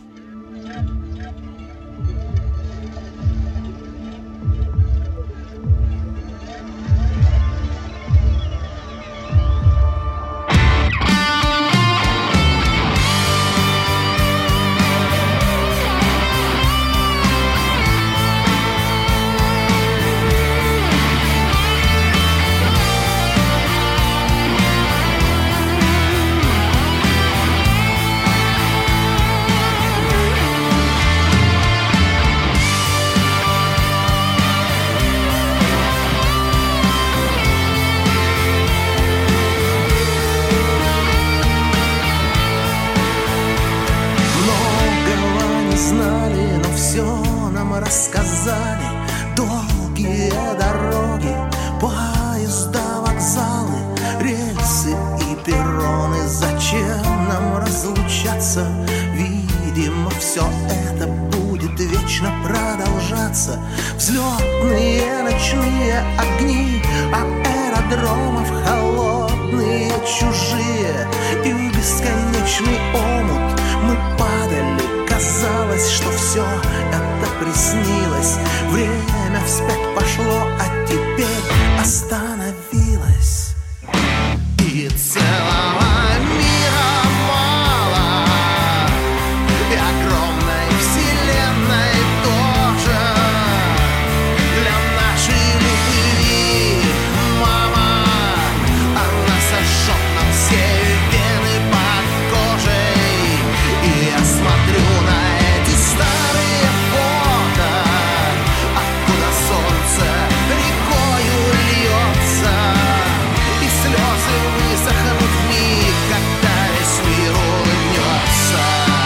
Рассказали долгие дороги, поезда, вокзалы, рельсы и перроны. Зачем нам разлучаться? Видимо, все это будет вечно продолжаться. Взлетные ночные огни аэродромов холодные, чужие, и в бесконечный омут мы падали. Казалось, что все это приснилось. Время вспять пошло, а теперь осталось. остановилась. И целого мира мало, и огромной вселенной тоже. Для нашей любви, мама, она сожжет нам все вены под кожей. И я смотрю на эти старые фото, откуда солнце рекою льется, и слезы высохнут в миг, когда весь мир улыбнется.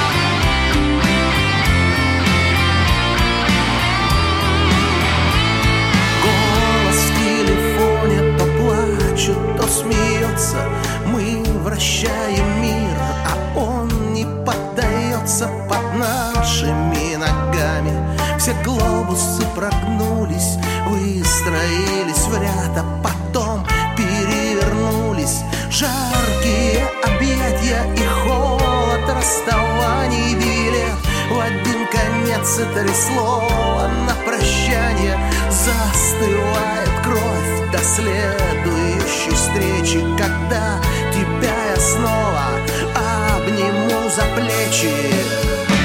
Голос в телефоне то плачет, то смеется. Мы вращаем мир, а он не поддается под нашими ногами. Все глобусы прогнулись, выстроились в ряд, а потом перевернулись. Жаркие объятия и холод расставаний, билет в один конец, и три слова на прощание. Застывает кровь до следующей встречи, когда тебя я снова обниму за плечи.